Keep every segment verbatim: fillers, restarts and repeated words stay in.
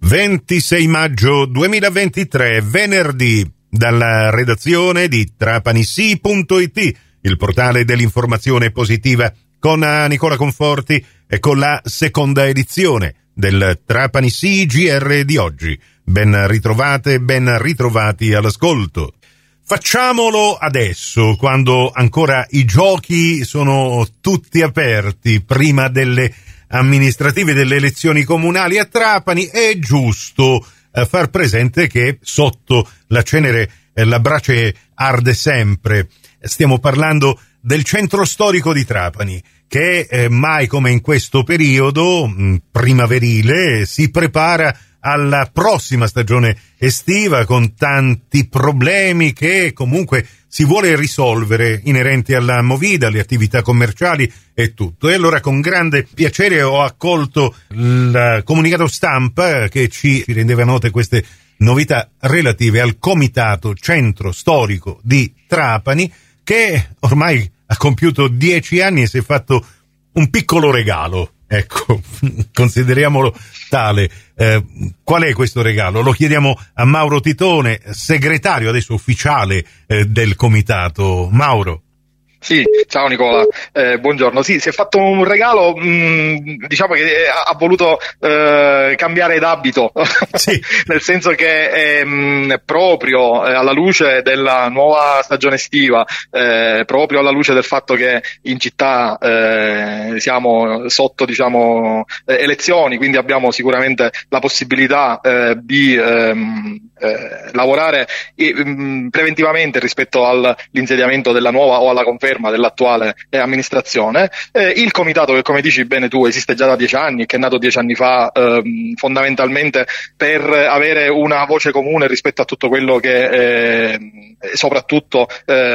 ventisei maggio duemilaventitré, venerdì, dalla redazione di Trapani Sì punto it, il portale dell'informazione positiva, con Nicola Conforti e con la seconda edizione del Trapani Sì G R di oggi. Ben ritrovate, ben ritrovati all'ascolto. Facciamolo adesso, quando ancora i giochi sono tutti aperti, prima delle amministrative, delle elezioni comunali a Trapani. È giusto eh, far presente che sotto la cenere eh, la brace arde sempre. Stiamo parlando del centro storico di Trapani, che eh, mai come in questo periodo mh, primaverile si prepara alla prossima stagione estiva, con tanti problemi che comunque si vuole risolvere inerenti alla movida, alle attività commerciali e tutto. E allora con grande piacere ho accolto il comunicato stampa che ci rendeva note queste novità relative al Comitato Centro Storico di Trapani, che ormai ha compiuto dieci anni e si è fatto un piccolo regalo. Ecco, consideriamolo tale. Eh, qual è questo regalo? Lo chiediamo a Mauro Titone, segretario adesso ufficiale eh, del comitato. Mauro. Sì, ciao Nicola, eh, buongiorno. Sì, si è fatto un regalo, mh, diciamo che ha, ha voluto eh, cambiare d'abito, sì. Nel senso che eh, proprio eh, alla luce della nuova stagione estiva, eh, proprio alla luce del fatto che in città eh, siamo sotto, diciamo, eh, elezioni, quindi abbiamo sicuramente la possibilità eh, di ehm, eh, lavorare eh, preventivamente rispetto all'insediamento della nuova o alla conferma dell'attuale eh, amministrazione. Eh, il comitato, che come dici bene tu esiste già da dieci anni e che è nato dieci anni fa ehm, fondamentalmente per avere una voce comune rispetto a tutto quello che eh, soprattutto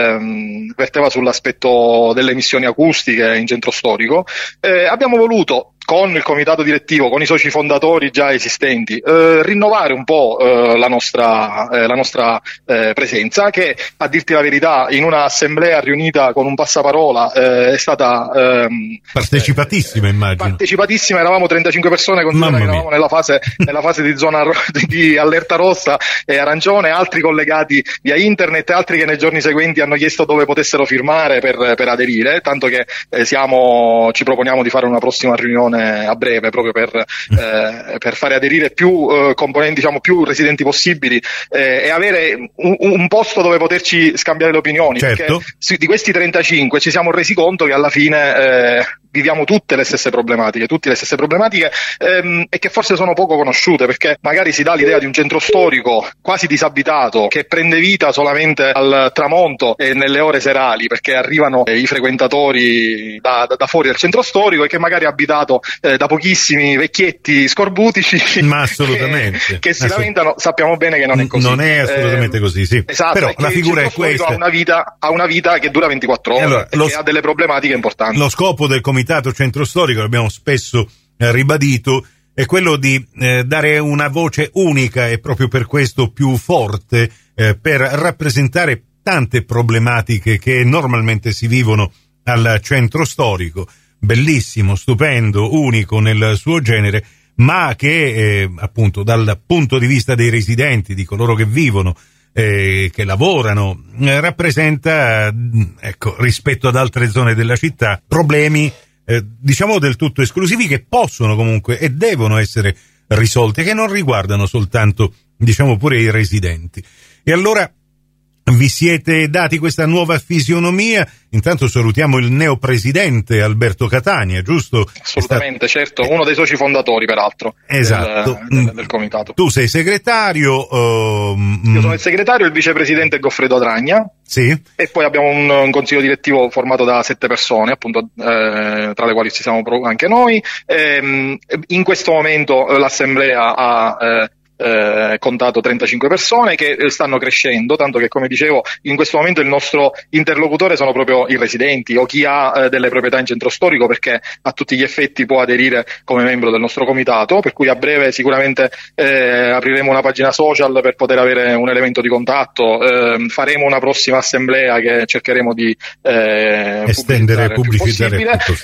ehm, verteva sull'aspetto delle emissioni acustiche in centro storico. Eh, abbiamo voluto, con il comitato direttivo, con i soci fondatori già esistenti, eh, rinnovare un po' eh, la nostra, eh, la nostra eh, presenza, che, a dirti la verità, in una assemblea riunita con un passaparola eh, è stata ehm, partecipatissima, eh, immagino. Partecipatissima, eravamo trentacinque persone, considerando che eravamo nella fase, nella fase di zona ro- di allerta rossa e arancione, altri collegati via internet, altri che nei giorni seguenti hanno chiesto dove potessero firmare per, per aderire, tanto che eh, siamo, ci proponiamo di fare una prossima riunione a breve, proprio per, eh, per fare aderire più eh, componenti, diciamo più residenti possibili eh, e avere un, un posto dove poterci scambiare le opinioni. Certo. Perché su, di questi trentacinque ci siamo resi conto che alla fine eh, viviamo tutte le stesse problematiche, tutte le stesse problematiche ehm, e che forse sono poco conosciute, perché magari si dà l'idea di un centro storico quasi disabitato che prende vita solamente al tramonto e nelle ore serali, perché arrivano eh, i frequentatori da, da, da fuori del centro storico, e che magari è abitato eh, da pochissimi vecchietti scorbutici. Ma assolutamente. che, che si Assolut- lamentano. Sappiamo bene che non è così. Non è assolutamente eh, così, sì. Esatto. Però la figura è questa. Ha una vita, ha una vita che dura ventiquattro ore, allora, e lo, che ha delle problematiche importanti. Lo scopo del Comitato Centro Storico, l'abbiamo spesso eh, ribadito, è quello di eh, dare una voce unica e proprio per questo più forte eh, per rappresentare tante problematiche che normalmente si vivono al centro storico. Bellissimo, stupendo, unico nel suo genere, ma che eh, appunto dal punto di vista dei residenti, di coloro che vivono, eh, che lavorano, eh, rappresenta, ecco, rispetto ad altre zone della città, problemi eh, diciamo del tutto esclusivi, che possono comunque e devono essere risolti, che non riguardano soltanto, diciamo, pure i residenti. E allora vi siete dati questa nuova fisionomia. Intanto salutiamo il neopresidente Alberto Catania, giusto? Assolutamente, sta... certo, uno dei soci fondatori peraltro. Esatto. Del, del, del comitato. Tu sei segretario. Um... Io sono il segretario, il vicepresidente è Goffredo Adragna. Sì. E poi abbiamo un, un consiglio direttivo formato da sette persone, appunto, eh, tra le quali ci siamo anche noi. E, in questo momento l'assemblea ha eh, eh, contato trentacinque persone che stanno crescendo, tanto che, come dicevo, in questo momento il nostro interlocutore sono proprio i residenti o chi ha eh, delle proprietà in centro storico, perché a tutti gli effetti può aderire come membro del nostro comitato, per cui a breve sicuramente eh, apriremo una pagina social per poter avere un elemento di contatto, eh, faremo una prossima assemblea che cercheremo di eh, estendere e pubblicizzare tutto, sì.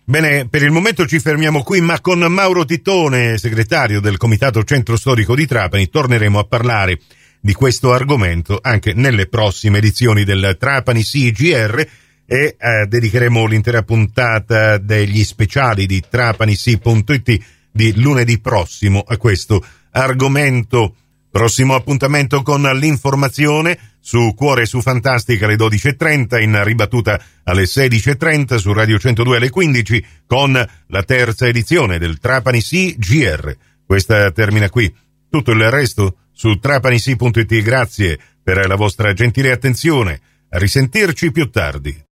Bene, per il momento ci fermiamo qui, ma con Mauro Tittone, segretario del Comitato Centro Storico di Trapani, torneremo a parlare di questo argomento anche nelle prossime edizioni del Trapani C G R e eh, dedicheremo l'intera puntata degli speciali di Trapanisi punto it di lunedì prossimo a questo argomento. Prossimo appuntamento con l'informazione su Cuore su Fantastica alle dodici e trenta, in ribattuta alle sedici e trenta su Radio centodue alle quindici con la terza edizione del Trapani C G R. Questa termina qui. Tutto il resto su Trapanisi punto it. Grazie per la vostra gentile attenzione. A risentirci più tardi.